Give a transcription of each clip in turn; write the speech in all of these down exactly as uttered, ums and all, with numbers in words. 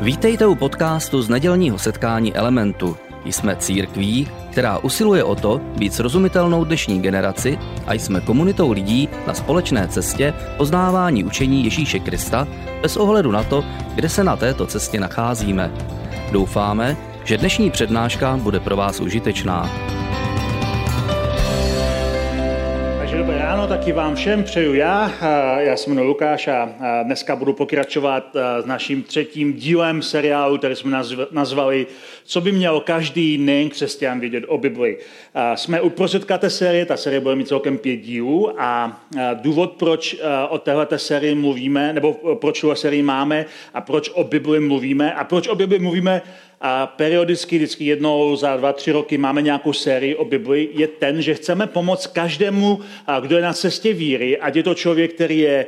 Vítejte u podcastu z nedělního setkání Elementu. Jsme církví, která usiluje o to být srozumitelnou dnešní generaci a jsme komunitou lidí na společné cestě poznávání učení Ježíše Krista bez ohledu na to, kde se na této cestě nacházíme. Doufáme, že dnešní přednáška bude pro vás užitečná. Dobré ráno, taky vám všem přeju já. Já se jmenuji Lukáš a dneska budu pokračovat s naším třetím dílem seriálu, který jsme nazvali Co by měl každý nejen křesťan vědět o Bibli. Jsme uprostřed té série, ta série bude mít celkem pět dílů a důvod, proč o téhleté sérii mluvíme, nebo proč o sérii máme a proč o Bibli mluvíme a proč o Bibli mluvíme a periodicky, vždycky jednou za dva, tři roky máme nějakou sérii o Bibli, je ten, že chceme pomoct každému, kdo je na cestě víry, ať je to člověk, který je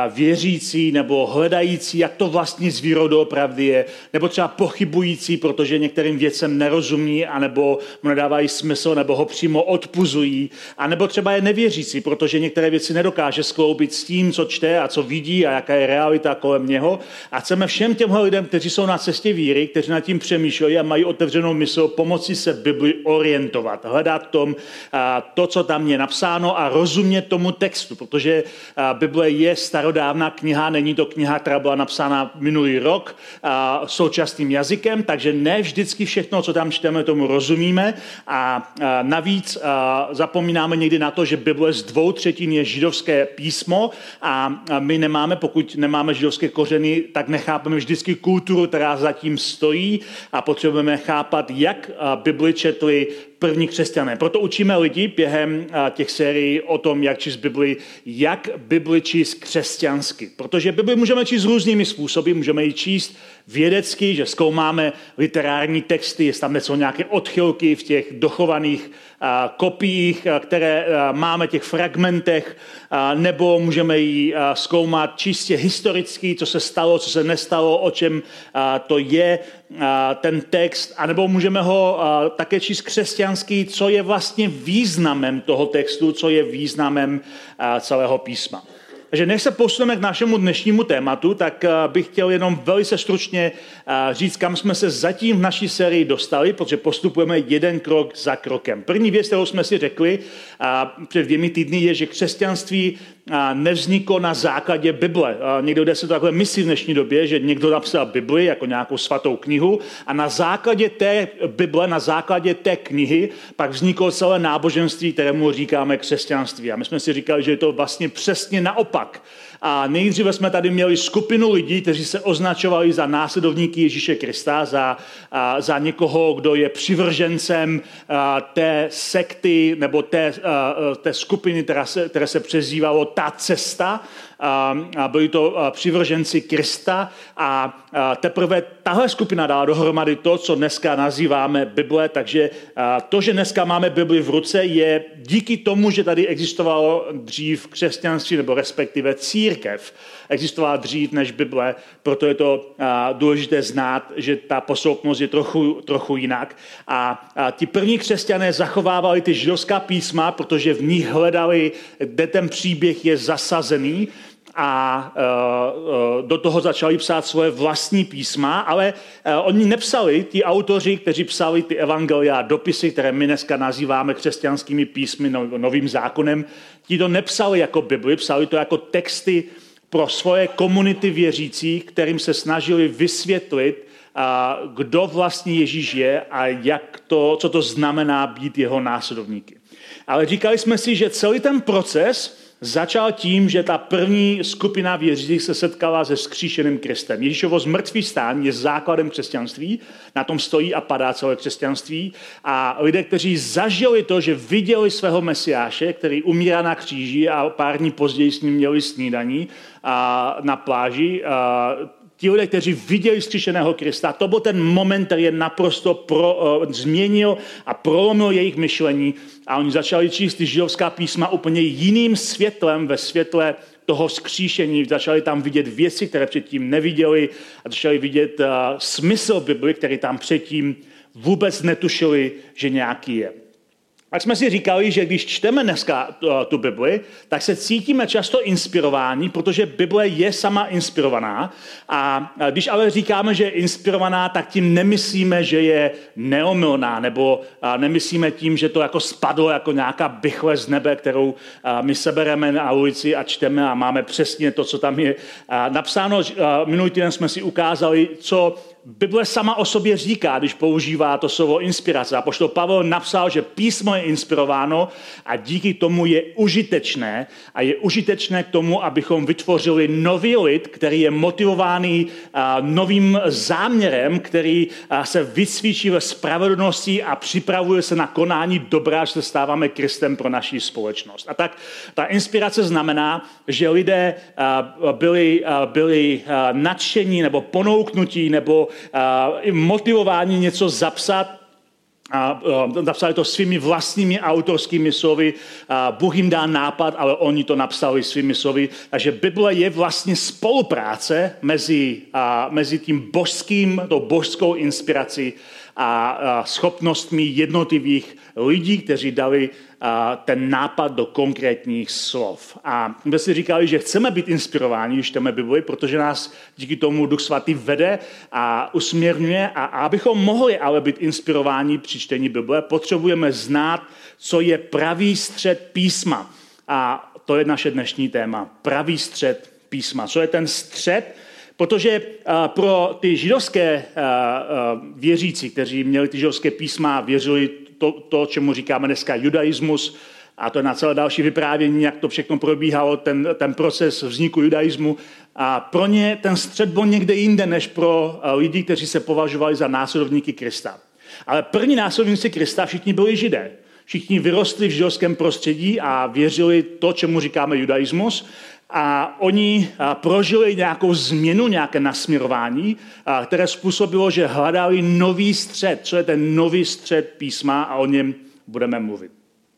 věřící nebo hledající, jak to vlastně s vírou doopravdy je, nebo třeba pochybující, protože některým věcem nerozumí, anebo mu nedávají smysl, nebo ho přímo odpuzují, anebo třeba je nevěřící, protože některé věci nedokáže skloubit s tím, co čte a co vidí a jaká je realita kolem něho. A chceme všem těmhle lidem, kteří jsou na cestě víry, kteří nad tím přemýšlejí a mají otevřenou mysl, pomoci se Bibli orientovat, hledat tom to, co tam je napsáno a rozumět tomu textu, protože Bible je starodávná kniha, není to kniha, která byla napsána minulý rok současným jazykem, takže ne vždycky všechno, co tam čteme, tomu rozumíme a navíc zapomínáme někdy na to, že Bible z dvou třetin je židovské písmo a my nemáme, pokud nemáme židovské kořeny, tak nechápeme vždycky kulturu, která zatím stojí a potřebujeme chápat, jak Bibli četli první křesťané. Proto učíme lidi během těch sérií o tom, jak číst Bibli, jak Bibli číst křesťansky. Protože Bibli můžeme číst různými způsoby, můžeme ji číst vědecky, že zkoumáme literární texty, jestli tam jsou nějaké odchylky v těch dochovaných kopiích, které máme, těch fragmentech, nebo můžeme ji zkoumat čistě historicky, co se stalo, co se nestalo, o čem to je ten text, anebo můžeme ho také číst křesťansky, co je vlastně významem toho textu, co je významem celého písma. Takže než se posuneme k našemu dnešnímu tématu, tak bych chtěl jenom velice stručně říct, kam jsme se zatím v naší sérii dostali, protože postupujeme jeden krok za krokem. První věc, kterou jsme si řekli před dvěmi týdny, je, že křesťanství nevzniklo na základě Bible. Někdo, kde se to takhle myslí v dnešní době, že někdo napsal Bibli jako nějakou svatou knihu a na základě té Bible, na základě té knihy pak vzniklo celé náboženství, kterému říkáme křesťanství. A my jsme si říkali, že je to vlastně přesně naopak. A nejdříve jsme tady měli skupinu lidí, kteří se označovali za následovníky Ježíše Krista, za, a, za někoho, kdo je přivržencem a, té sekty nebo té, a, té skupiny, která se, které se přezdívalo Ta cesta. A, a byli to a, přivrženci Krista a, a teprve tahle skupina dala dohromady to, co dneska nazýváme Bible, takže a, to, že dneska máme Bibli v ruce, je díky tomu, že tady existovalo dřív křesťanství nebo respektive církev. Existovala dřív než Bible, proto je to a, důležité znát, že ta posloupnost je trochu, trochu jinak. A, a ti první křesťané zachovávali ty židovská písma, protože v nich hledali, kde ten příběh je zasazený, a uh, uh, do toho začali psát svoje vlastní písma, ale uh, oni nepsali, ti autoři, kteří psali ty evangelia, dopisy, které my dneska nazýváme křesťanskými písmy, no, novým zákonem, ti to nepsali jako Bibli, psali to jako texty pro svoje komunity věřících, kterým se snažili vysvětlit, uh, kdo vlastně Ježíš je a jak to, co to znamená být jeho následovníky. Ale říkali jsme si, že celý ten proces začal tím, že ta první skupina věřících se setkala se vzkříšeným Kristem. Ježíšovo zmrtvýchvstání je základem křesťanství, na tom stojí a padá celé křesťanství. A lidé, kteří zažili to, že viděli svého Mesiáše, který umírá na kříži a pár dní později s ním měli snídaní a na pláži, a ti lidé, kteří viděli vzkříšeného Krista, to byl ten moment, který je naprosto pro, uh, změnil a prolomil jejich myšlení a oni začali číst ty židovská písma úplně jiným světlem, ve světle toho vzkříšení. Začali tam vidět věci, které předtím neviděli a začali vidět uh, smysl Bibli, který tam předtím vůbec netušili, že nějaký je. Tak jsme si říkali, že když čteme dneska tu Bibli, tak se cítíme často inspirováni, protože Bible je sama inspirovaná. A když ale říkáme, že je inspirovaná, tak tím nemyslíme, že je neomylná, nebo nemyslíme tím, že to jako spadlo jako nějaká bychle z nebe, kterou my sebereme na ulici a čteme a máme přesně to, co tam je napsáno. Minulý týden jsme si ukázali, co Bible sama o sobě říká, když používá to slovo inspirace. Apoštol Pavel napsal, že písmo je inspirováno a díky tomu je užitečné a je užitečné k tomu, abychom vytvořili nový lid, který je motivovaný novým záměrem, který se vycvičí ve spravedlnosti a připravuje se na konání dobra, že se stáváme Kristem pro naši společnost. A tak ta inspirace znamená, že lidé byli, byli nadšení nebo ponouknutí nebo motivování něco zapsat a napsali to svými vlastními autorskými slovy. Bůh jim dá nápad, ale oni to napsali svými slovy. Takže Bible je vlastně spolupráce mezi, mezi tím božským, tou božskou inspirací a schopnostmi jednotlivých lidí, kteří dali ten nápad do konkrétních slov. A my si říkali, že chceme být inspirováni, když čteme Bibli, protože nás díky tomu Duch Svatý vede a usměrňuje. A abychom mohli ale být inspirováni při čtení Bible, potřebujeme znát, co je pravý střed písma. A to je naše dnešní téma. Pravý střed písma. Co je ten střed? Protože pro ty židovské věřící, kteří měli ty židovské písma a věřili to, to, čemu říkáme dneska judaismus, a to je na celé další vyprávění, jak to všechno probíhalo, ten, ten proces vzniku judaismu. A pro ně ten střed byl někde jinde, než pro lidi, kteří se považovali za následovníky Krista. Ale první následovníci Krista všichni byli Židé. Všichni vyrostli v židovském prostředí a věřili to, čemu říkáme judaismus. A oni prožili nějakou změnu, nějaké nasměrování, které způsobilo, že hledali nový střed. Co je ten nový střed písma a o něm budeme mluvit.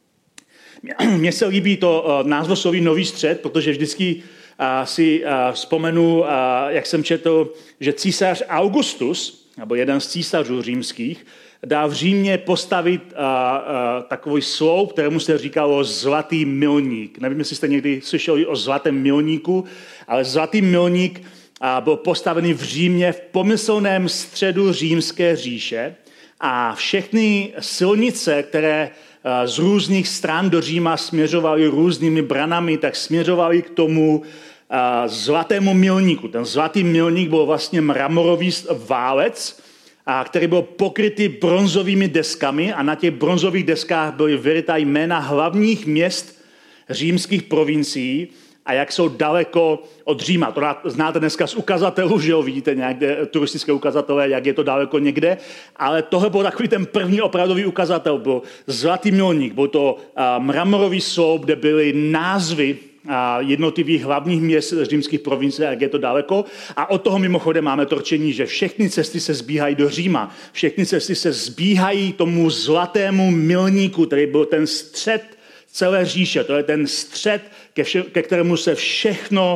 Mně se líbí to názvosloví nový střed, protože vždycky si vzpomenu, jak jsem četl, že císař Augustus, nebo jeden z císařů římských, dá v Římě postavit a, a, takový sloup, kterému se říkalo zlatý milník. Nevím, jestli jste někdy slyšeli o zlatém milníku, ale zlatý milník a, byl postavený v Římě v pomyslném středu římské říše a všechny silnice, které a, z různých stran do Říma směřovaly různými branami, tak směřovaly k tomu a, zlatému milníku. Ten zlatý milník byl vlastně mramorový válec, a který byl pokrytý bronzovými deskami a na těch bronzových deskách byly vyrytá jména hlavních měst římských provincií a jak jsou daleko od Říma. To znáte dneska z ukazatelů, že jo, vidíte nějaké turistické ukazatele, jak je to daleko někde, ale tohle byl takový ten první opravdový ukazatel, byl zlatý milník, byl to mramorový sloup, kde byly názvy jednotlivých hlavních měst římských provincií, jak je to daleko. A od toho mimochodem máme to rčení, že všechny cesty se zbíhají do Říma. Všechny cesty se zbíhají tomu zlatému milníku, který byl ten střed celé říše. To je ten střed, ke, vše, ke kterému se všechno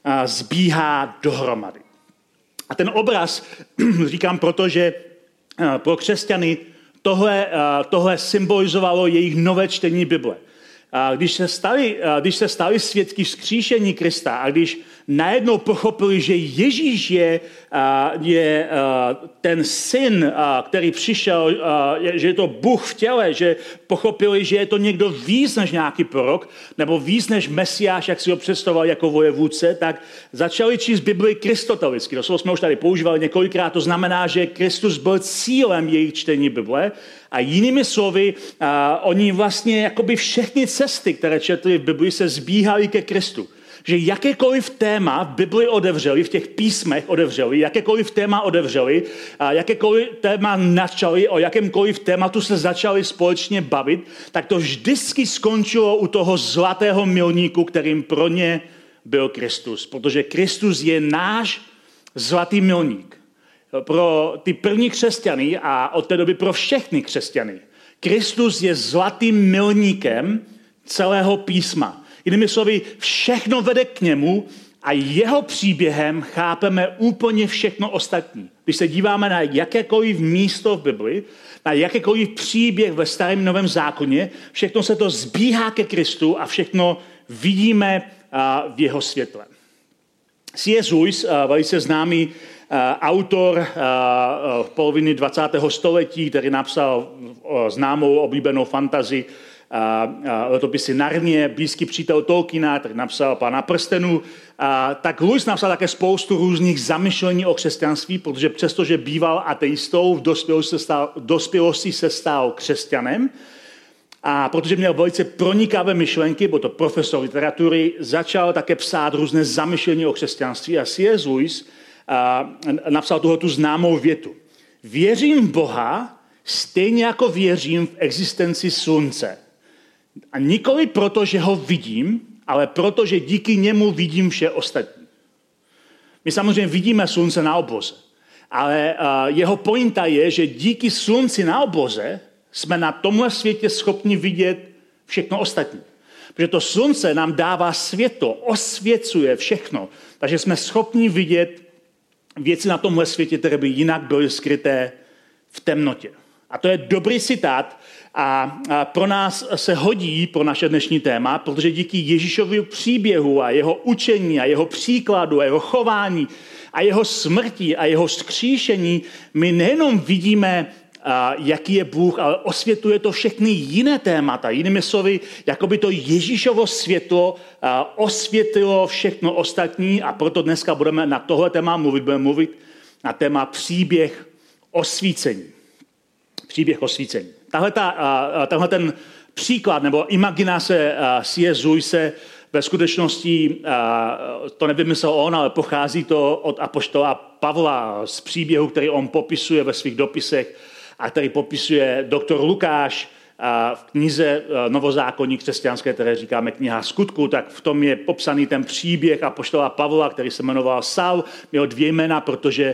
zbíhá dohromady. A ten obraz, říkám proto, že pro křesťany tohle, tohle symbolizovalo jejich nové čtení Bible. Když se stali, když se stali svědky vzkříšení Krista a když najednou pochopili, že Ježíš je, je ten syn, který přišel, že je to Bůh v těle, že pochopili, že je to někdo víc než nějaký prorok, nebo víc než Mesiáš, jak si ho představoval jako vojevůdce, tak začali číst Bibli kristotelicky. To slovo jsme už tady používali několikrát, to znamená, že Kristus byl cílem jejich čtení Bible. A jinými slovy, a, oni vlastně jakoby všechny cesty, které četli v Bibli, se zbíhaly ke Kristu. Že jakékoliv téma v Bibli odevřeli, v těch písmech odevřeli, jakékoliv téma odevřeli, a jakékoliv téma načali, o jakémkoliv tématu se začali společně bavit, tak to vždycky skončilo u toho zlatého milníku, kterým pro ně byl Kristus. Protože Kristus je náš zlatý milník. Pro ty první křesťany a od té doby pro všechny křesťany. Kristus je zlatým milníkem celého písma. Jinými slovy, všechno vede k němu a jeho příběhem chápeme úplně všechno ostatní. Když se díváme na jakékoliv místo v Bibli, na jakýkoliv příběh ve Starém Novém zákoně, všechno se to zbíhá ke Kristu a všechno vidíme v jeho světle. C S. Lewis, velice známý autor v polovině dvacátého století, který napsal známou oblíbenou fantazii letopisy Narnie, blízký přítel Tolkiena, který napsal Pána prstenů, tak Lewis napsal také spoustu různých zamyšlení o křesťanství, protože přestože býval ateistou, v dospělosti se stal, dospělosti se stal křesťanem, a protože měl velice pronikavé myšlenky, byl to profesor literatury, začal také psát různé zamyšlení o křesťanství a C S. Lewis napsal tuhletu známou větu. Věřím v Boha stejně jako věřím v existenci slunce. A nikoli proto, že ho vidím, ale proto, že díky němu vidím vše ostatní. My samozřejmě vidíme slunce na obloze, ale jeho pointa je, že díky slunci na obloze jsme na tomhle světě schopni vidět všechno ostatní. Protože to slunce nám dává světlo, osvěcuje všechno, takže jsme schopni vidět věci na tomhle světě, které by jinak byly skryté v temnotě. A to je dobrý citát a pro nás se hodí pro naše dnešní téma, protože díky Ježíšovu příběhu a jeho učení a jeho příkladu a jeho chování a jeho smrti a jeho vzkříšení my nejenom vidíme, jaký je Bůh, ale osvětluje to všechny jiné témata. Jinými slovy, jako by to Ježíšovo světlo osvětlilo všechno ostatní a proto dneska budeme na tohle téma mluvit, budeme mluvit na téma příběh osvícení. Příběh osvícení. Tahle, ta, tahle ten příklad nebo imaginace C S. Lewise ve skutečnosti to nevymyslel on, ale pochází to od apoštola Pavla z příběhu, který on popisuje ve svých dopisech a který popisuje doktor Lukáš v knize Novozákonní křesťanské, které říkáme kniha Skutků, tak v tom je popsaný ten příběh apoštola Pavla, který se jmenoval Saul. Měl dvě jména, protože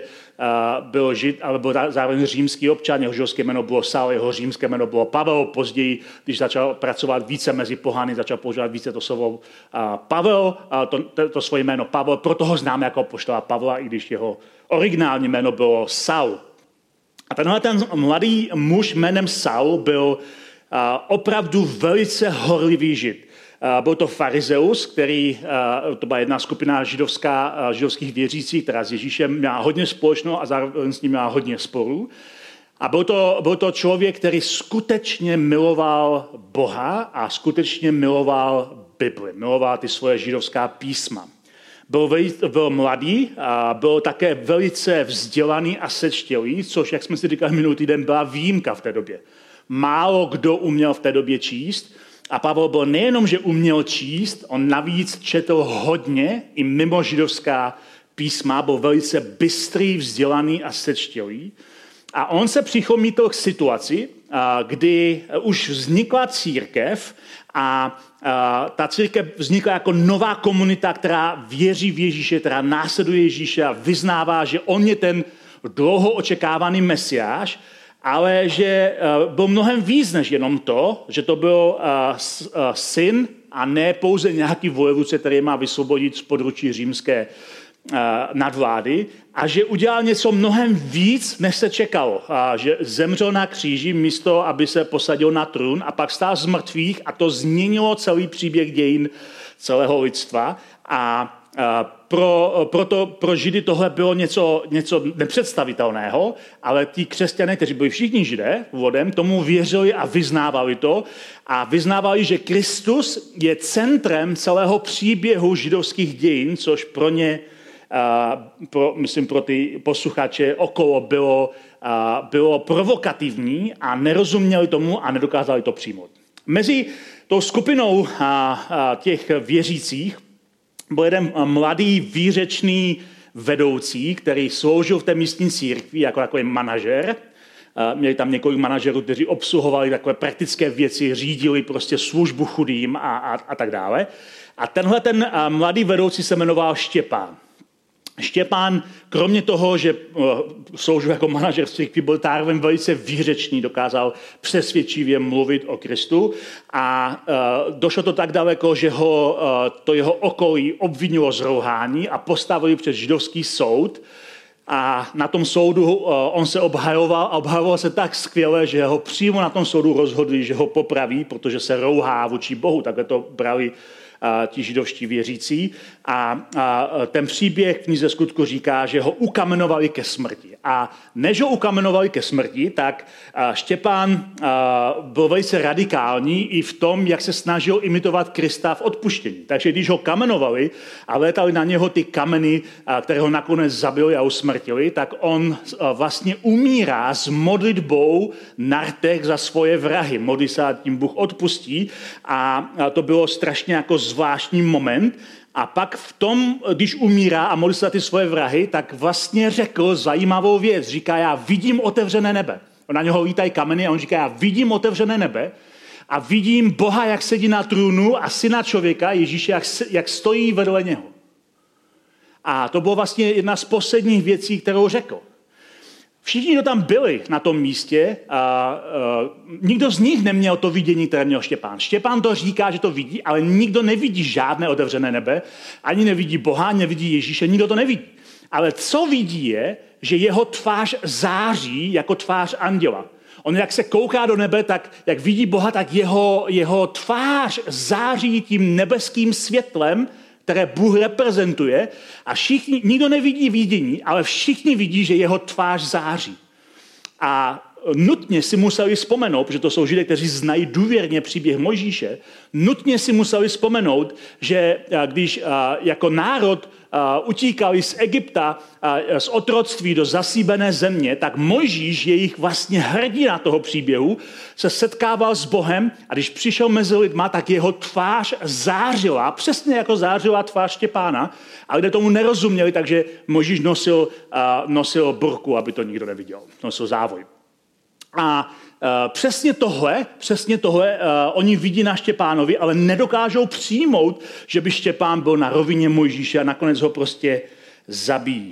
byl žid, ale byl zároveň římský občan, jeho židovské jméno bylo Saul, jeho římské jméno bylo Pavel. Později, když začal pracovat více mezi pohany, začal používat více to slovo Pavel, to, to, to svoje jméno Pavel, proto ho známe jako apoštola Pavla, i když jeho originální jméno bylo Saul. A tenhle ten mladý muž jménem Saul byl opravdu velice horlivý žid. Byl to farizeus, který, to byla jedna skupina židovská, židovských věřících, která s Ježíšem měla hodně společného a zároveň s ním měla hodně sporů. A byl to, byl to člověk, který skutečně miloval Boha a skutečně miloval Bibli, miloval ty svoje židovská písma. Byl, velice, byl mladý a byl také velice vzdělaný a sečtělý, což, jak jsme si říkali minulý týden, byla výjimka v té době. Málo kdo uměl v té době číst a Pavel byl nejenom, že uměl číst, on navíc četl hodně i mimo židovská písma, byl velice bystrý, vzdělaný a sečtělý. A on se přichomítil k situaci, kdy už vznikla církev a ta církev vznikla jako nová komunita, která věří v Ježíše, která následuje Ježíše a vyznává, že on je ten dlouho očekávaný mesiáš, ale že byl mnohem víc než jenom to, že to byl syn a ne pouze nějaký vojevůdce, který má vysvobodit z područí římské nadvlády a že udělal něco mnohem víc, než se čekalo. A že zemřel na kříži místo, aby se posadil na trůn a pak stál z mrtvých a to změnilo celý příběh dějin celého lidstva. A pro, proto pro Židy tohle bylo něco, něco nepředstavitelného, ale ti křesťané, kteří byli všichni Židé původem, tomu věřili a vyznávali to a vyznávali, že Kristus je centrem celého příběhu židovských dějin, což pro ně Uh, pro, myslím, pro ty posluchače okolo bylo, uh, bylo provokativní a nerozuměli tomu a nedokázali to přijmout. Mezi tou skupinou uh, uh, těch věřících byl jeden mladý výřečný vedoucí, který sloužil v té místní církvi jako takový manažer. Uh, měli tam několik manažerů, kteří obsluhovali takové praktické věci, řídili prostě službu chudým a, a, a tak dále. A tenhle ten uh, mladý vedoucí se jmenoval Štěpán. Štěpán, kromě toho, že sloužil jako manažer v církvi, byl zároveň velice výřečný, dokázal přesvědčivě mluvit o Kristu a uh, došlo to tak daleko, že ho, uh, to jeho okolí obvinilo z rouhání a postavili před židovský soud. A na tom soudu uh, on se obhajoval a obhajoval se tak skvěle, že ho přímo na tom soudu rozhodli, že ho popraví, protože se rouhá vůči Bohu. Takhle to brali ti židovští věřící. A, a ten příběh v knize Skutku říká, že ho ukamenovali ke smrti. A než ho ukamenovali ke smrti, tak Štěpán byl velice radikální i v tom, jak se snažil imitovat Krista v odpuštění. Takže když ho kamenovali a létali na něho ty kameny, které ho nakonec zabili a usmrtili, tak on vlastně umírá s modlitbou na rtech za svoje vrahy. Modlí se a tím Bůh odpustí. A to bylo strašně jako zvláštní moment. A pak v tom, když umírá a modlí se za ty svoje vrahy, tak vlastně řekl zajímavou věc. Říká, já vidím otevřené nebe. Na něho lítají kameny a on říká, já vidím otevřené nebe a vidím Boha, jak sedí na trůnu a syna člověka, Ježíše, jak, jak stojí vedle něho. A to bylo vlastně jedna z posledních věcí, kterou řekl. Všichni, kdo tam byli na tom místě, a, a, nikdo z nich neměl to vidění, které měl Štěpán. Štěpán to říká, že to vidí, ale nikdo nevidí žádné otevřené nebe, ani nevidí Boha, nevidí Ježíše, nikdo to nevidí. Ale co vidí je, že jeho tvář září jako tvář anděla. On jak se kouká do nebe, tak jak vidí Boha, tak jeho, jeho tvář září tím nebeským světlem, které Bůh reprezentuje a všichni, nikdo nevidí vidění, ale všichni vidí, že jeho tvář září. A nutně si museli vzpomenout, protože to jsou Židé, kteří znají důvěrně příběh Mojžíše, nutně si museli vzpomenout, že když jako národ utíkali z Egypta, z otroctví do zasíbené země, tak Mojžíš, jejich vlastně hrdina toho příběhu, se setkával s Bohem a když přišel mezi lidma, tak jeho tvář zářila, přesně jako zářila tvář Štěpána, ale lidé tomu nerozuměli, takže Mojžíš nosil, nosil burku, aby to nikdo neviděl. Nosil závoj. A uh, přesně tohle, přesně tohle uh, oni vidí na Štěpánovi, ale nedokážou přijmout, že by Štěpán byl na rovině Mojžíše a nakonec ho prostě zabijí.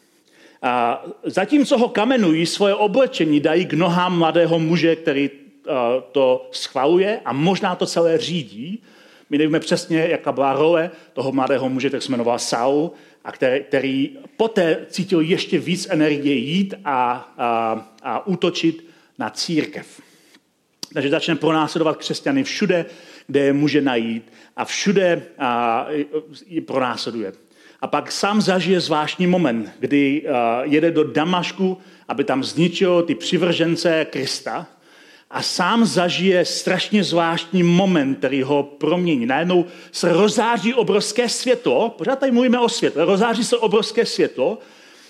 A zatímco ho kamenují, svoje oblečení dají k nohám mladého muže, který uh, to schvaluje a možná to celé řídí. My nevíme přesně, jaká byla role toho mladého muže, který se jmenoval Saul, a který, který poté cítil ještě víc energie jít a, a, a útočit na církev. Takže začne pronásledovat křesťany všude, kde je může najít a všude a, je pronásleduje. A pak sám zažije zvláštní moment, kdy a, jede do Damašku, aby tam zničil ty přivržence Krista a sám zažije strašně zvláštní moment, který ho promění. Najednou se rozáří obrovské světlo, pořád tady mluvíme o světle, rozáří se obrovské světlo,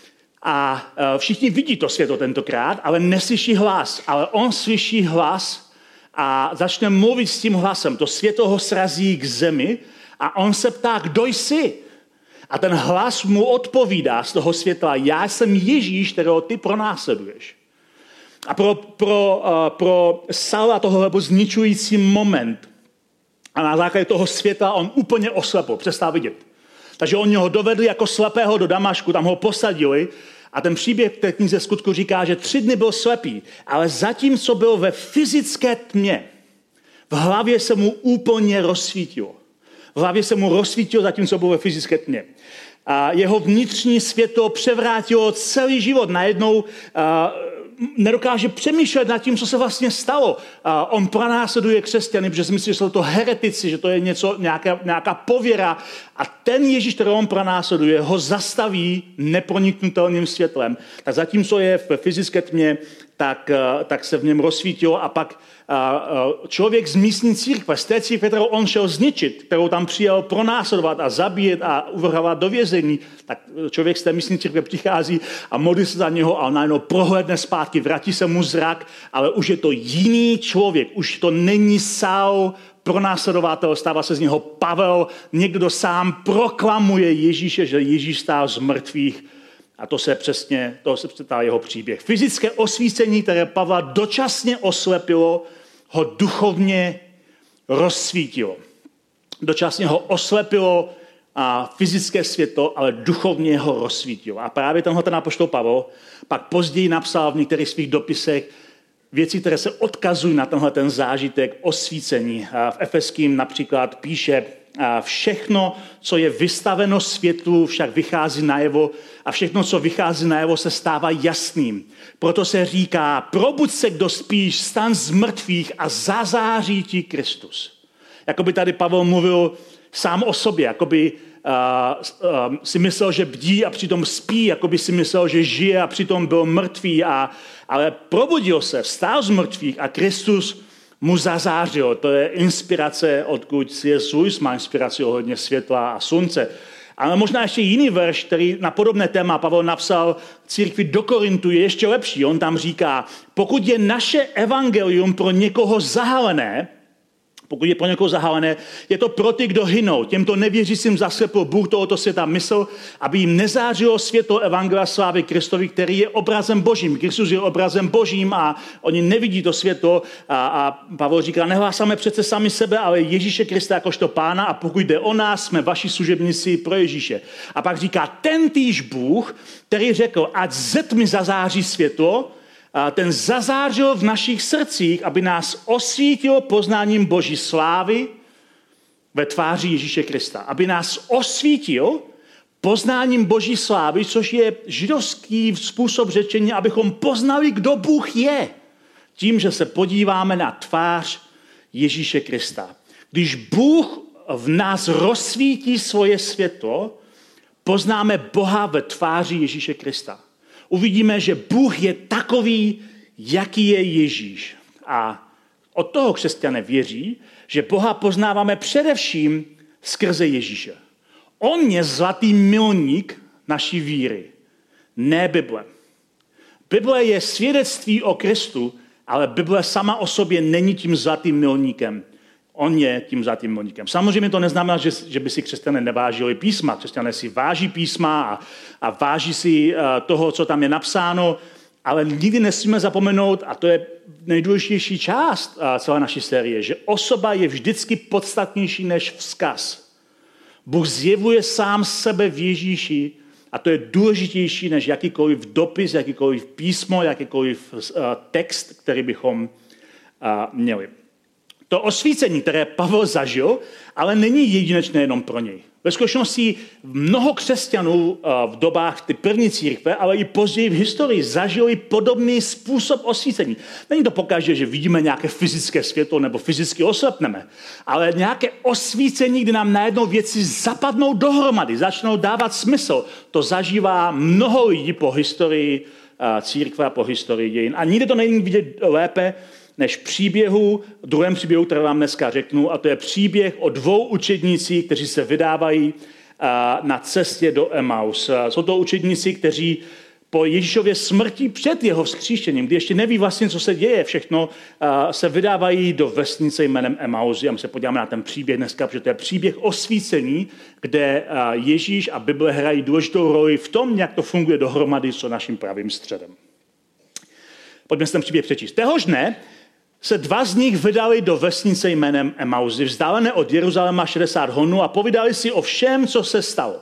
a všichni vidí to světlo tentokrát, ale neslyší hlas. Ale on slyší hlas a začne mluvit s tím hlasem. To světlo ho srazí k zemi a on se ptá, kdo jsi? A ten hlas mu odpovídá z toho světla, já jsem Ježíš, kterého ty pronásleduješ. A pro, pro, pro Saula tohle byl zničující moment. A na základě toho světla on úplně oslepl, přestal vidět. Takže oni ho dovedli jako slepého do Damašku, tam ho posadili a ten příběh v té knize Skutku říká, že tři dny byl slepý, ale zatímco byl ve fyzické tmě, v hlavě se mu úplně rozsvítilo. V hlavě se mu rozsvítilo, zatímco byl ve fyzické tmě. A jeho vnitřní světlo převrátilo celý život. Najednou a, nedokáže přemýšlet nad tím, co se vlastně stalo. A on pronásleduje křesťany, protože si myslí, že jsou to heretici, že to je něco, nějaká, nějaká pověra. A ten Ježíš, který on pronásleduje, ho zastaví neproniknutelným světlem. Tak zatímco je ve fyzické tmě, tak, tak se v něm rozsvítilo a pak člověk z místní církve, z té církve, kterou on šel zničit, kterou tam přijel pronásledovat a zabíjet a uvrhovat do vězení, tak člověk z té místní církve přichází a modlí se za něho a on najednou prohlédne zpátky, vrátí se mu zrak, ale už je to jiný člověk, už to není Saul, pronásledovatel, stává se z něho Pavel, někdo, kdo sám proklamuje Ježíše, že Ježíš stál z mrtvých. A to se přesně, to se přesně jeho příběh. Fyzické osvícení, které Pavla dočasně oslepilo, ho duchovně rozsvítilo. Dočasně ho oslepilo a fyzické světlo, ale duchovně ho rozsvítil. A právě tenhle ten apoštol Pavel pak později napsal v některých svých dopisech věci, které se odkazují na tenhle ten zážitek osvícení. A v Efeským například píše, a všechno, co je vystaveno světlu, však vychází najevo a všechno, co vychází najevo, se stává jasným. Proto se říká, probuď se, kdo spíš, stan z mrtvých a zazáří ti Kristus. Jakoby tady Pavel mluvil sám o sobě, jakoby uh, uh, si myslel, že bdí a přitom spí, jakoby si myslel, že žije a přitom byl mrtvý, a, ale probudil se, vstál z mrtvých a Kristus mu zazářil. To je inspirace, odkud C S Lewis má inspiraci ohledně světla a slunce. Ale možná ještě jiný verš, který na podobné téma Pavel napsal církvi do Korintu, je ještě lepší. On tam říká, pokud je naše evangelium pro někoho zahalené, pokud je pro někoho zahalené, je to pro ty, kdo hynou. Těmto nevěřícím zaslepil Bůh tohoto světa mysl, aby jim nezářilo světlo evangelia slávy Kristovi, který je obrazem Božím. Kristus je obrazem Božím a oni nevidí to světlo. A, a Pavel říká, nehlásáme přece sami sebe, ale Ježíše Krista jakožto Pána, a pokud jde o nás, jsme vaši služebníci pro Ježíše. A pak říká, tentýž Bůh, který řekl, ať ze tmy zazáří světlo, a ten zazářil v našich srdcích, aby nás osvítil poznáním Boží slávy ve tváři Ježíše Krista. Aby nás osvítil poznáním Boží slávy, což je židovský způsob řečení, abychom poznali, kdo Bůh je. Tím, že se podíváme na tvář Ježíše Krista. Když Bůh v nás rozsvítí svoje světlo, poznáme Boha ve tváři Ježíše Krista. Uvidíme, že Bůh je takový, jaký je Ježíš. A od toho křesťané věří, že Boha poznáváme především skrze Ježíše. On je zlatý milník naší víry, ne Bible. Bible je svědectví o Kristu, ale Bible sama o sobě není tím zlatým milníkem. On je tím zlatým milníkem. Samozřejmě to neznamená, že, že by si křesťané nevážili písma. Křesťané si váží písma a, a váží si uh, toho, co tam je napsáno, ale nikdy nesmíme zapomenout, a to je nejdůležitější část uh, celé naší série, že osoba je vždycky podstatnější než vzkaz. Bůh zjevuje sám sebe v Ježíši a to je důležitější než jakýkoliv dopis, jakýkoliv písmo, jakýkoliv uh, text, který bychom uh, měli. To osvícení, které Pavel zažil, ale není jedinečné jenom pro něj. Ve skutečnosti mnoho křesťanů v dobách ty první církve, ale i později v historii zažili podobný způsob osvícení. Není to pokaždé, že vidíme nějaké fyzické světlo nebo fyzicky oslepneme, ale nějaké osvícení, kdy nám najednou věci zapadnou dohromady, začnou dávat smysl. To zažívá mnoho lidí po historii církve a po historii dějin. A nikdy to není vidět lépe, než příběhu, druhém příběhu, který vám dneska řeknu, a to je příběh o dvou učednících, kteří se vydávají na cestě do Emaus. Jsou to učedníci, kteří po Ježíšově smrti před jeho vzkříšením, kdy ještě neví vlastně, co se děje všechno, se vydávají do vesnice jménem Emaus. A my se podíváme na ten příběh dneska, protože to je příběh osvícení, kde Ježíš a Bible hrají důležitou roli v tom, jak to funguje dohromady s naším pravým středem. Pojďme si ten příběh přečíst. Téhož dne se dva z nich vydali do vesnice jménem Emaus, vzdálené od Jeruzaléma šedesát honů, a povídali si o všem, co se stalo.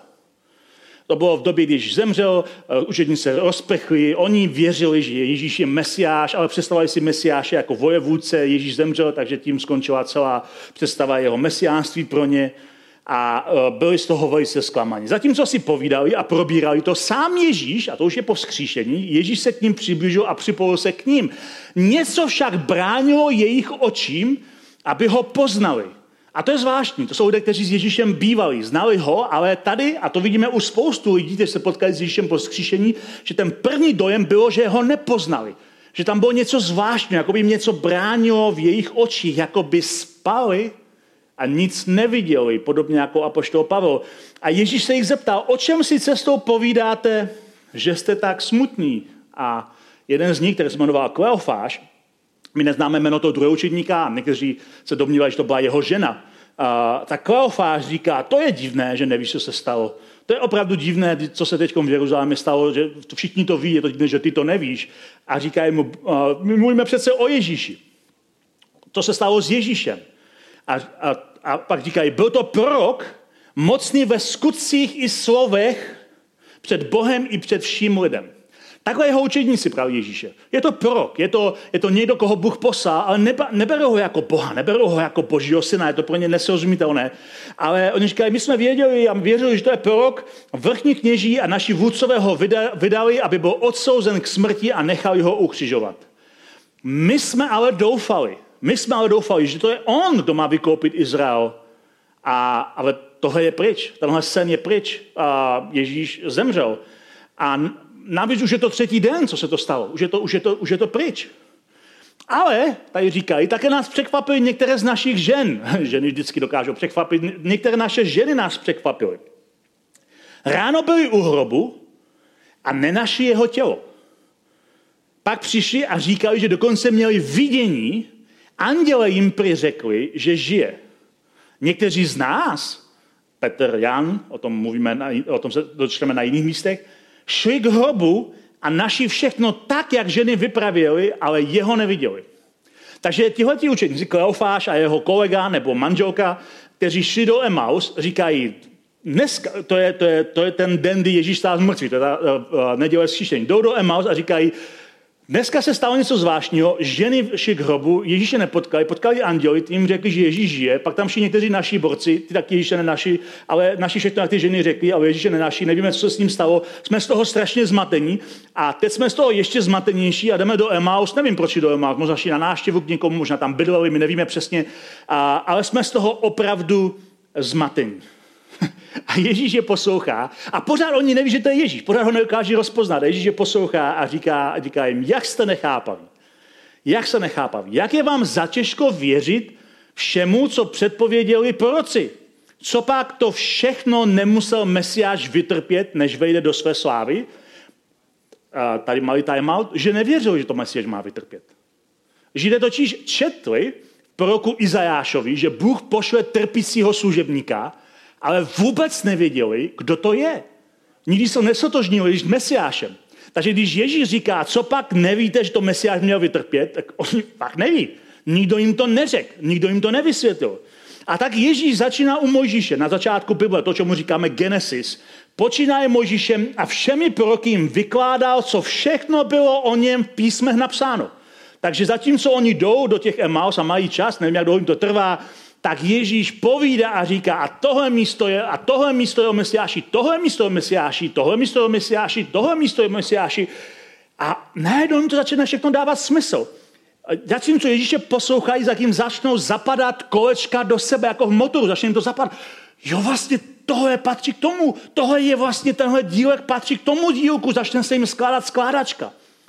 To bylo v době, když zemřel, učedníci se rozprchli, oni věřili, že Ježíš je Mesiáš, ale představovali si Mesiáše jako vojevůdce. Ježíš zemřel, takže tím skončila celá představa jeho mesiánství pro ně a byli z toho velice zklamaní. Zatímco si povídali a probírali to, sám Ježíš, a to už je po vzkříšení, Ježíš se k ním přiblížil a připojil se k ním. Něco však bránilo jejich očím, aby ho poznali. A to je zvláštní. To jsou lidé, kteří s Ježíšem bývali, znali ho, ale tady, a to vidíme u spoustu lidí, kteří se potkali s Ježíšem po vzkříšení, že ten první dojem bylo, že ho nepoznali. Že tam bylo něco zvláštního, jako by jim něco bránilo v jejich očích, jako by spali a nic neviděli, podobně jako apoštol Pavel. A Ježíš se jich zeptal, o čem si cestou povídáte, že jste tak smutní? A jeden z nich, který se jmenoval Kleofáš, my neznáme jméno toho druhého učedníka, někteří se domnívali, že to byla jeho žena. A tak Kleofáš říká, to je divné, že nevíš, co se stalo. To je opravdu divné, co se teď v Jeruzalémě stalo, že všichni to ví, je to divné, že ty to nevíš. A říká mu, my mluvíme přece o Ježíši. To se stalo s Ježíšem. A, a, a pak říkají, byl to prorok, mocný ve skutcích i slovech před Bohem i před vším lidem. Takhle jeho učedníci praví Ježíše. Je to prorok, je to, je to někdo, koho Bůh poslal, ale neba, neberou ho jako Boha, neberou ho jako Božího syna, je to pro ně nesrozumitelné. Ale oni říkají, my jsme věděli a věřili, že to je prorok, vrchní kněží a naši vůdcové ho vydali, aby byl odsouzen k smrti a nechali ho ukřižovat. My jsme ale doufali, my jsme ale doufali, že to je on, kdo má vykoupit Izrael. A, ale tohle je pryč, tenhle sen je pryč a Ježíš zemřel. A navíc už je to třetí den, co se to stalo. Už je to, už je to, už je to pryč. Ale, tady říkají, také nás překvapily některé z našich žen. Ženy vždycky dokážou překvapit. Některé naše ženy nás překvapily. Ráno byly u hrobu a nenašli jeho tělo. Pak přišli a říkali, že dokonce měli vidění. Anděle jim prý řekli, že žije. Někteří z nás, Petr, Jan, o tom mluvíme, o tom se dočteme na jiných místech, šli k hrobu a našli všechno tak, jak ženy vypravěly, ale jeho neviděli. Takže tihleti učeníci, Kleofáš a jeho kolega nebo manželka, kteří šli do Emaus, říkají, dneska, to je, to je, to je ten den, kdy Ježíš stál z mrtvých, to je ta uh, neděle vzkříšení. Jdou do Emaus a říkají, dneska se stalo něco zvláštního, ženy šli k hrobu, Ježíše nepotkali, potkali anděli, ty jim řekli, že Ježíš žije, pak tam šli někteří naši borci, ty taky Ježíše nenašli, ale naši všechno, jak ty ženy řekli, ale Ježíše nenašli, nevíme, co se s ním stalo, jsme z toho strašně zmatení a teď jsme z toho ještě zmatenější a jdeme do Emaus, nevím, proč do Emaus, možná šli na návštěvu k někomu, možná tam bydleli, my nevíme přesně, a, ale jsme z toho opravdu zmatení. A Ježíš je poslouchá a pořád oni neví, že to je Ježíš. Pořád ho nedokáží rozpoznat. A Ježíš je poslouchá a říká, a říká jim, jak jste nechápaví. Jak jste nechápaví. Jak je vám zatěžko věřit všemu, co předpověděli proroci. Co pak to všechno nemusel Mesiáš vytrpět, než vejde do své slávy? A tady malý time-out, že nevěřili, že to Mesiáš má vytrpět. Židé totiž četli v proroku Izajášovi, že Bůh pošle trpícího služebníka, ale vůbec nevěděli, kdo to je. Nikdy se nesotožnili s Mesiášem. Takže když Ježíš říká, co pak nevíte, že to Mesiáš měl vytrpět, tak oni pak neví. Nikdo jim to neřekl, nikdo jim to nevysvětlil. A tak Ježíš začíná u Mojžíše, na začátku Bible, to, čemu říkáme Genesis. Počínaje Mojžíšem a všemi proroky jim vykládal, co všechno bylo o něm v písmech napsáno. Takže zatímco oni jdou do těch Emaus a mají čas, nevím, jak dlouho jim to trvá, tak Ježíš povídá a říká, a tohle místo je, a tohle místo je o Mesiáši, tohle místo je o Mesiáši, tohle místo je o Mesiáši, tohle místo je o Mesiáši. A najednou jim to začne všechno dávat smysl. Zatímco Ježíše poslouchají, zatím začnou zapadat kolečka do sebe, jako v motoru, začne jim to zapadat. Jo, vlastně tohle patří k tomu, tohle je vlastně tenhle dílek patří k tomu dílku, začne se jim skládat skládačka.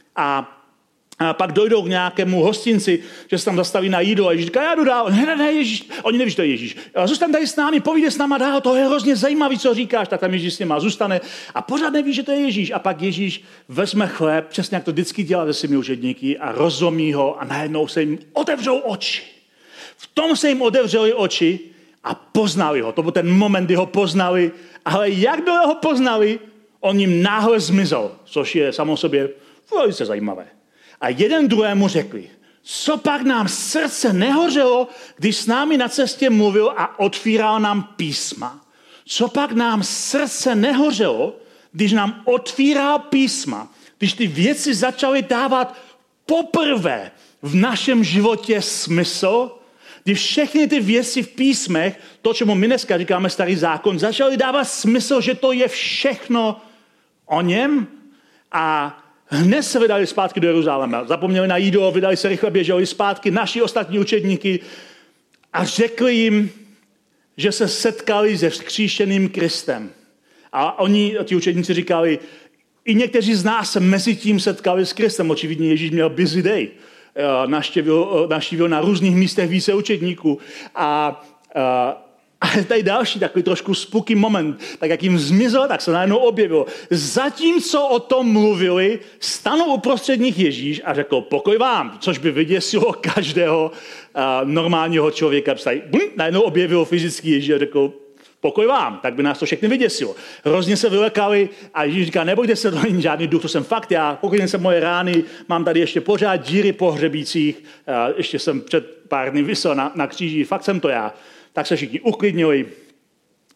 A A pak dojdou k nějakému hostinci, že se tam zastaví na jídlo a Ježíš říká, já jdu dál. Ne, ne, ne, Ježíš. Oni neví, že to je Ježíš. Zůstaň tady s námi, povídej s náma dál, to je hrozně zajímavý, co říkáš. Tak tam Ježíš s nima zůstane a pořád neví, že to je Ježíš. A pak Ježíš vezme chléb, přesně jak to vždycky dělá se svými učedníky a rozlomí ho a najednou se jim otevřou oči. V tom se jim otevřely oči a poznali ho. To byl ten moment, kdy ho poznali, ale jak dlouho ho poznali, on jim náhle zmizel, což je samo sobě velice zajímavé. A jeden druhému řekli, co pak nám srdce nehořelo, když s námi na cestě mluvil a otvíral nám písma. Co pak nám srdce nehořelo, když nám otvíral písma, když ty věci začaly dávat poprvé v našem životě smysl, když všechny ty věci v písmech, to, čemu my dneska říkáme starý zákon, začaly dávat smysl, že to je všechno o něm a hned se vydali zpátky do Jeruzaléma. Zapomněli na jídlo, vydali se rychle, běželi zpátky naši ostatní učedníky a řekli jim, že se setkali se vzkříšeným Kristem. A oni, ti učedníci říkali, i někteří z nás se mezi tím setkali s Kristem. Očividně Ježíš měl busy day. Navštívil, navštívil na různých místech více učedníků. A, a A tady další takový trošku spooky moment, tak jak jim zmizel, tak se najednou objevilo. Zatímco o tom mluvili, stanul uprostřed nich Ježíš a řekl, pokoj vám, což by vyděsilo každého uh, normálního člověka. Tady, bum, najednou objevil fyzický Ježíš a řekl, pokoj vám, tak by nás to všechny vyděsilo. Hrozně se vylekali a Ježíš říká, nebojte se, to není žádný duch, to jsem fakt já, pokojně jsem moje rány, mám tady ještě pořád díry po hřebících, uh, ještě jsem před pár dny visel na, na kříži, fakt jsem to já. Tak se všichni uklidnili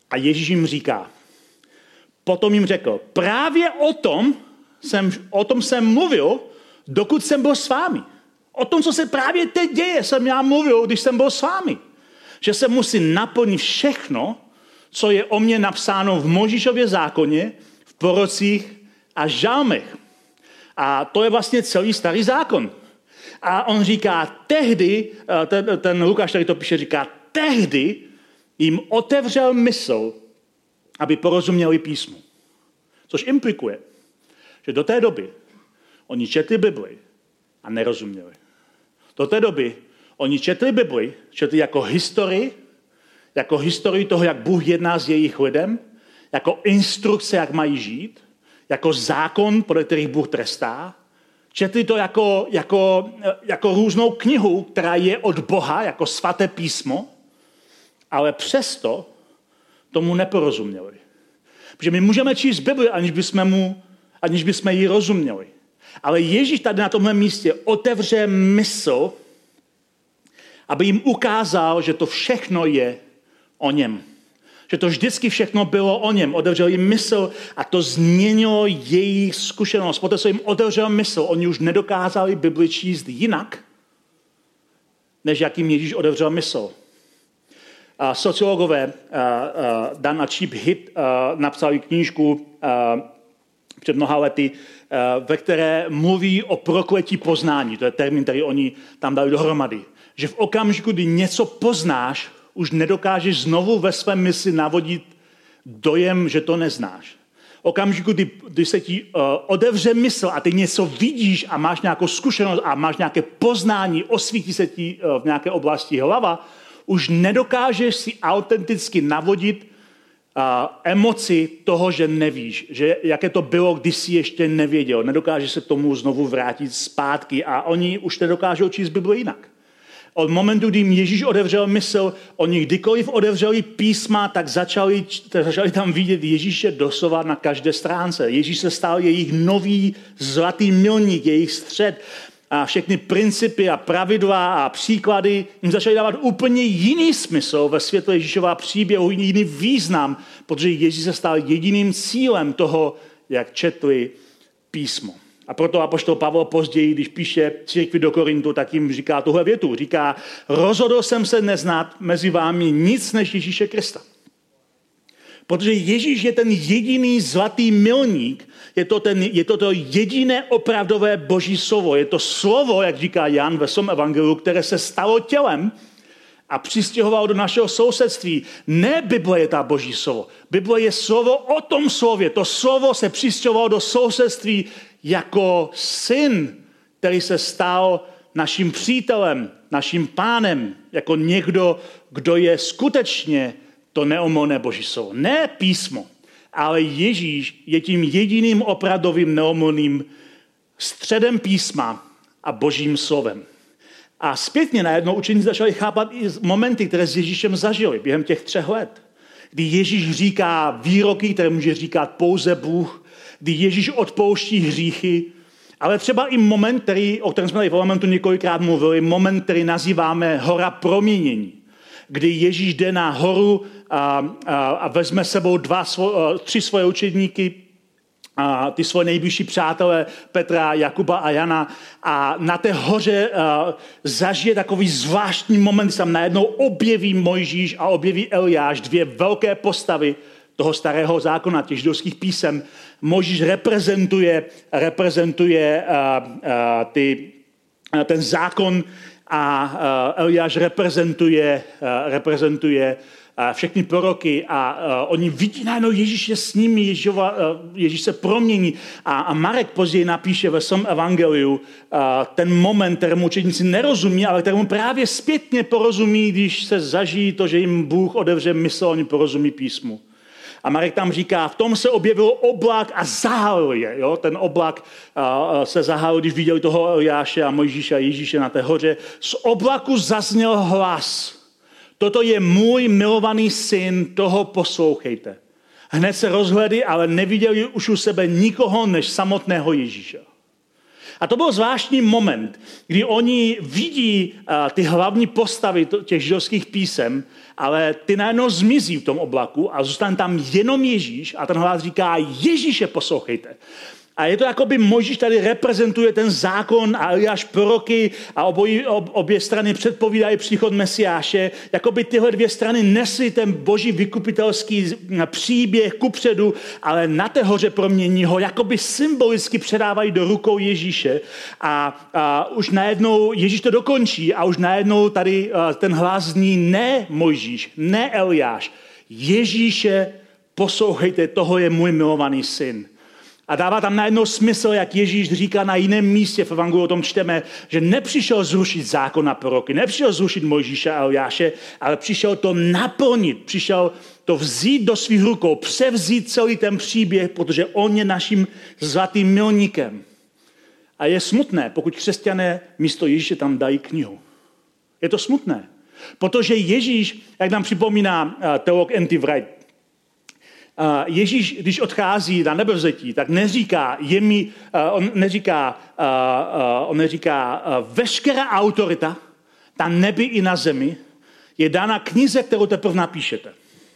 A Ježíš jim říká, potom jim řekl, právě o tom jsem, o tom jsem mluvil, dokud jsem byl s vámi. O tom, co se právě teď děje, jsem já mluvil, když jsem byl s vámi. Že se musí naplnit všechno, co je o mně napsáno v Mojžíšově zákoně, v prorocích a žalmech. A to je vlastně celý starý zákon. A on říká, tehdy, ten, ten Lukáš, který to píše, říká, tehdy jim otevřel mysl, aby porozuměli písmu. Což implikuje, že do té doby oni četli Bibli a nerozuměli. Do té doby oni četli Bibli, četli jako historii, jako historii toho, jak Bůh jedná s jejich lidem, jako instrukce, jak mají žít, jako zákon, podle kterých Bůh trestá. Četli to jako, jako, jako různou knihu, která je od Boha, jako svaté písmo, ale přesto tomu neporozuměli. Protože my můžeme číst Bibli, aniž bychom, mu, aniž bychom ji rozuměli. Ale Ježíš tady na tomhle místě otevře mysl, aby jim ukázal, že to všechno je o něm. Že to vždycky všechno bylo o něm. Otevřel jim mysl a to změnilo jejich zkušenost. Poté, co jim otevřel mysl, oni už nedokázali Bibli číst jinak, než jak jim Ježíš otevřel mysl. A sociologové uh, uh, Dan a Chip Hitt uh, napsali knížku uh, před mnoha lety, uh, ve které mluví o prokletí poznání. To je termín, který oni tam dali dohromady. Že v okamžiku, kdy něco poznáš, už nedokážeš znovu ve svém mysli navodit dojem, že to neznáš. V okamžiku, kdy, kdy se ti uh, otevře mysl a ty něco vidíš a máš nějakou zkušenost a máš nějaké poznání, osvítí se ti uh, v nějaké oblasti hlava, už nedokážeš si autenticky navodit uh, emoci toho, že nevíš, že jaké to bylo, když jsi ještě nevěděl. Nedokážeš se tomu znovu vrátit zpátky a oni už nedokážou číst Bibli jinak. Od momentu, kdy jim Ježíš otevřel mysl, oni kdykoliv otevřeli písma, tak začali, začali tam vidět Ježíše doslova na každé stránce. Ježíš se stal jejich nový zlatý milník, jejich střed. A všechny principy a pravidla a příklady jim začaly dávat úplně jiný smysl ve světle Ježíšova příběhu, jiný význam, protože Ježíš se stal jediným cílem toho, jak četli písmo. A proto apoštol Pavel později, když píše církvi do Korintu, tak jim říká tuhle větu. Říká, rozhodl jsem se neznát mezi vámi nic než Ježíše Krista. Protože Ježíš je ten jediný zlatý milník, je to, ten, je to to jediné opravdové boží slovo. Je to slovo, jak říká Jan ve svém evangeliu, které se stalo tělem a přistěhovalo do našeho sousedství. Ne Bible je ta boží slovo. Bible je slovo o tom slově. To slovo se přistěhovalo do sousedství jako syn, který se stal naším přítelem, naším pánem, jako někdo, kdo je skutečně to neomylné boží slovo. Ne písmo, ale Ježíš je tím jediným opravdovým neomylným středem písma a božím slovem. A zpětně najednou učeníci začali chápat i momenty, které s Ježíšem zažili během těch třech let. Kdy Ježíš říká výroky, které může říkat pouze Bůh, kdy Ježíš odpouští hříchy, ale třeba i moment, který, o kterém jsme tady v parlamentu několikrát mluvili, moment, který nazýváme hora proměnění, kdy Ježíš jde na horu a, a, a vezme sebou dva, svo, tři svoje učedníky, a ty svoje nejbližší přátelé Petra, Jakuba a Jana a na té hoře a, zažije takový zvláštní moment, kdy se tam najednou objeví Mojžíš a objeví Eliáš, dvě velké postavy toho starého zákona, těch židovských písem. Mojžíš reprezentuje, reprezentuje a, a, ty, a ten zákon a, a Eliáš reprezentuje, a, reprezentuje a všechny proroky a, a oni vidí najednou Ježíš je s nimi, Ježíšova, Ježíš se promění a, a Marek později napíše ve svém evangeliu a, ten moment, kterému učedníci nerozumí, ale kterému právě zpětně porozumí, když se zažijí to, že jim Bůh otevře mysl, oni porozumí písmu. A Marek tam říká, v tom se objevil oblak a zahalil je. Jo? Ten oblak a, se zahalil, když viděli toho Eliáše a Mojžíše a Ježíše na té hoře. Z oblaku zazněl hlas. Toto je můj milovaný syn, toho poslouchejte. Hned se rozhledli, ale neviděli už u sebe nikoho než samotného Ježíše. A to byl zvláštní moment, kdy oni vidí uh, ty hlavní postavy těch židovských písem, ale ty najednou zmizí v tom oblaku a zůstane tam jenom Ježíš a ten hlas říká, Ježíše poslouchejte. A je to, jako by Mojžíš tady reprezentuje ten zákon a Eliáš proroky a obojí, ob, obě strany předpovídají příchod Mesiáše. Jako by tyhle dvě strany nesly ten boží vykupitelský příběh kupředu, ale na té hoře promění ho, jako by symbolicky předávají do rukou Ježíše. A, a už najednou Ježíš to dokončí a už najednou tady a, ten hlas zní ne Mojžíš, ne Eliáš. Ježíše poslouchejte, toho je můj milovaný syn. A dává tam najednou smysl, jak Ježíš říká na jiném místě, v Evangeliu o tom čteme, že nepřišel zrušit zákon a proroky, nepřišel zrušit Mojžíše a Eliáše, ale přišel to naplnit, přišel to vzít do svých rukou, převzít celý ten příběh, protože on je naším zlatým milníkem. A je smutné, pokud křesťané místo Ježíše tam dají knihu. Je to smutné, protože Ježíš, jak nám připomíná teolog N T Wright, Uh, Ježíš, když odchází na nebevzetí, tak neříká, je mi, uh, on neříká, uh, uh, on neříká uh, veškerá autorita na nebi i na zemi je dána knize, kterou teprve napíšete.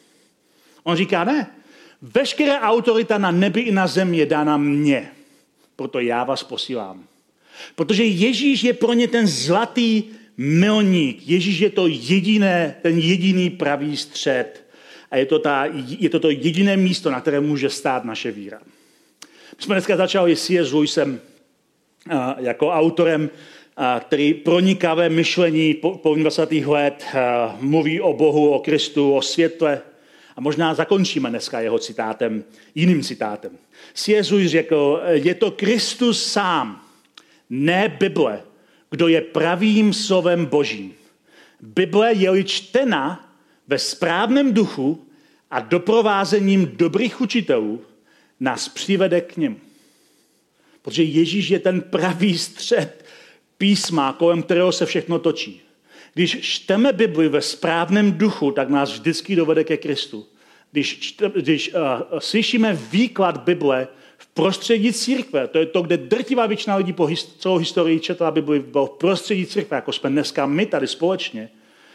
On říká, ne, veškerá autorita na nebi i na zemi je dána mně, proto já vás posílám. Protože Ježíš je pro ně ten zlatý milník. Ježíš je to jediné, ten jediný pravý střed. A je to, ta, je to to jediné místo, na které může stát naše víra. My jsme dneska začali s C S. Lewisem uh, jako autorem, uh, který pronikavé myšlení po, po dvacátých let uh, mluví o Bohu, o Kristu, o světle. A možná zakončíme dneska jeho citátem, jiným citátem. C S. Lewis řekl, je to Kristus sám, ne Bible, kdo je pravým slovem Božím. Bible je-li čtena ve správném duchu a doprovázením dobrých učitelů nás přivede k němu. Protože Ježíš je ten pravý střed písma, kolem kterého se všechno točí. Když čteme Bibli ve správném duchu, tak nás vždycky dovede ke Kristu. Když, čte, když uh, slyšíme výklad Bible v prostředí církve, to je to, kde drtivá většina lidí po hist- celou historii četla Bibli, bylo v prostředí církve, jako jsme dneska my tady společně,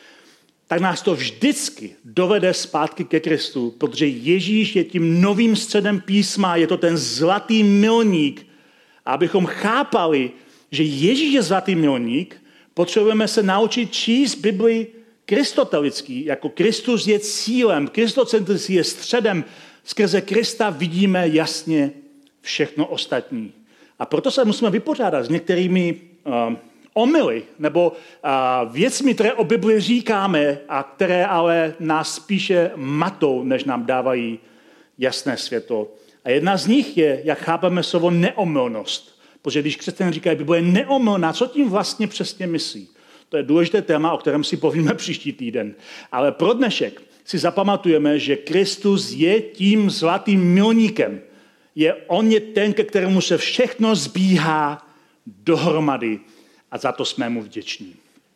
tak nás to vždycky dovede zpátky ke Kristu, protože Ježíš je tím novým středem písma, je to ten zlatý milník. A abychom chápali, že Ježíš je zlatý milník, potřebujeme se naučit číst Bibli kristotelický, jako Kristus je cílem, kristocentrický je středem, skrze Krista vidíme jasně všechno ostatní. A proto se musíme vypořádat s některými uh, omyly nebo uh, věcmi, které o Bibli říkáme a které ale nás spíše matou, než nám dávají jasné světlo. A jedna z nich je, jak chápeme slovo neomylnost. Protože když křesťané říkají, Bible je neomylná, co tím vlastně přesně myslí? To je důležité téma, o kterém si povíme příští týden. Ale pro dnešek si zapamatujeme, že Kristus je tím zlatým milníkem. Je, on je ten, ke kterému se všechno zbíhá dohromady. A za to jsme mu vděční.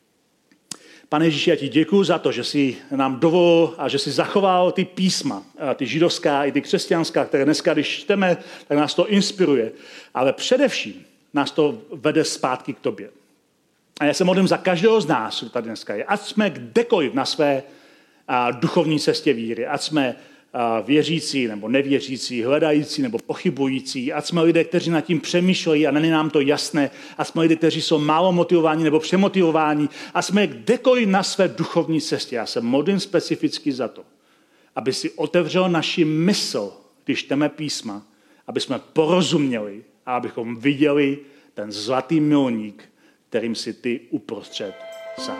Pane Ježíši, já ti děkuju za to, že jsi nám dovolil a že jsi zachoval ty písma, ty židovská i ty křesťanská, které dneska, když čteme, tak nás to inspiruje. Ale především nás to vede zpátky k tobě. A já se modlím za každého z nás, kdo tady dneska je. Ať jsme kdekoliv na své a, duchovní cestě víry, ať jsme a, věřící nebo nevěřící, hledající nebo pochybující, ať jsme lidé, kteří nad tím přemýšlejí a není nám to jasné, ať jsme lidé, kteří jsou málo motivováni nebo přemotivováni, a jsme kdekoliv na své duchovní cestě. Já se modlím specificky za to, aby si otevřel naši mysl, když čteme písma, aby jsme porozuměli a abychom viděli ten zlatý milník, kterým si ty uprostřed sám.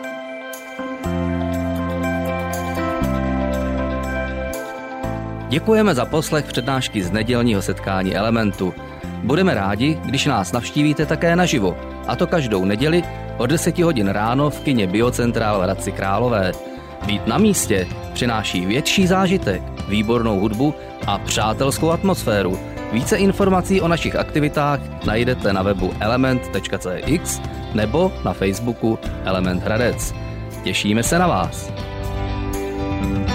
Děkujeme za poslech přednášky z nedělního setkání Elementu. Budeme rádi, když nás navštívíte také naživo, a to každou neděli od deseti hodin ráno v kině Biocentrál v Hradci Králové. Být na místě přináší větší zážitek, výbornou hudbu a přátelskou atmosféru. Více informací o našich aktivitách najdete na webu element tečka c x nebo na Facebooku Element Hradec. Těšíme se na vás.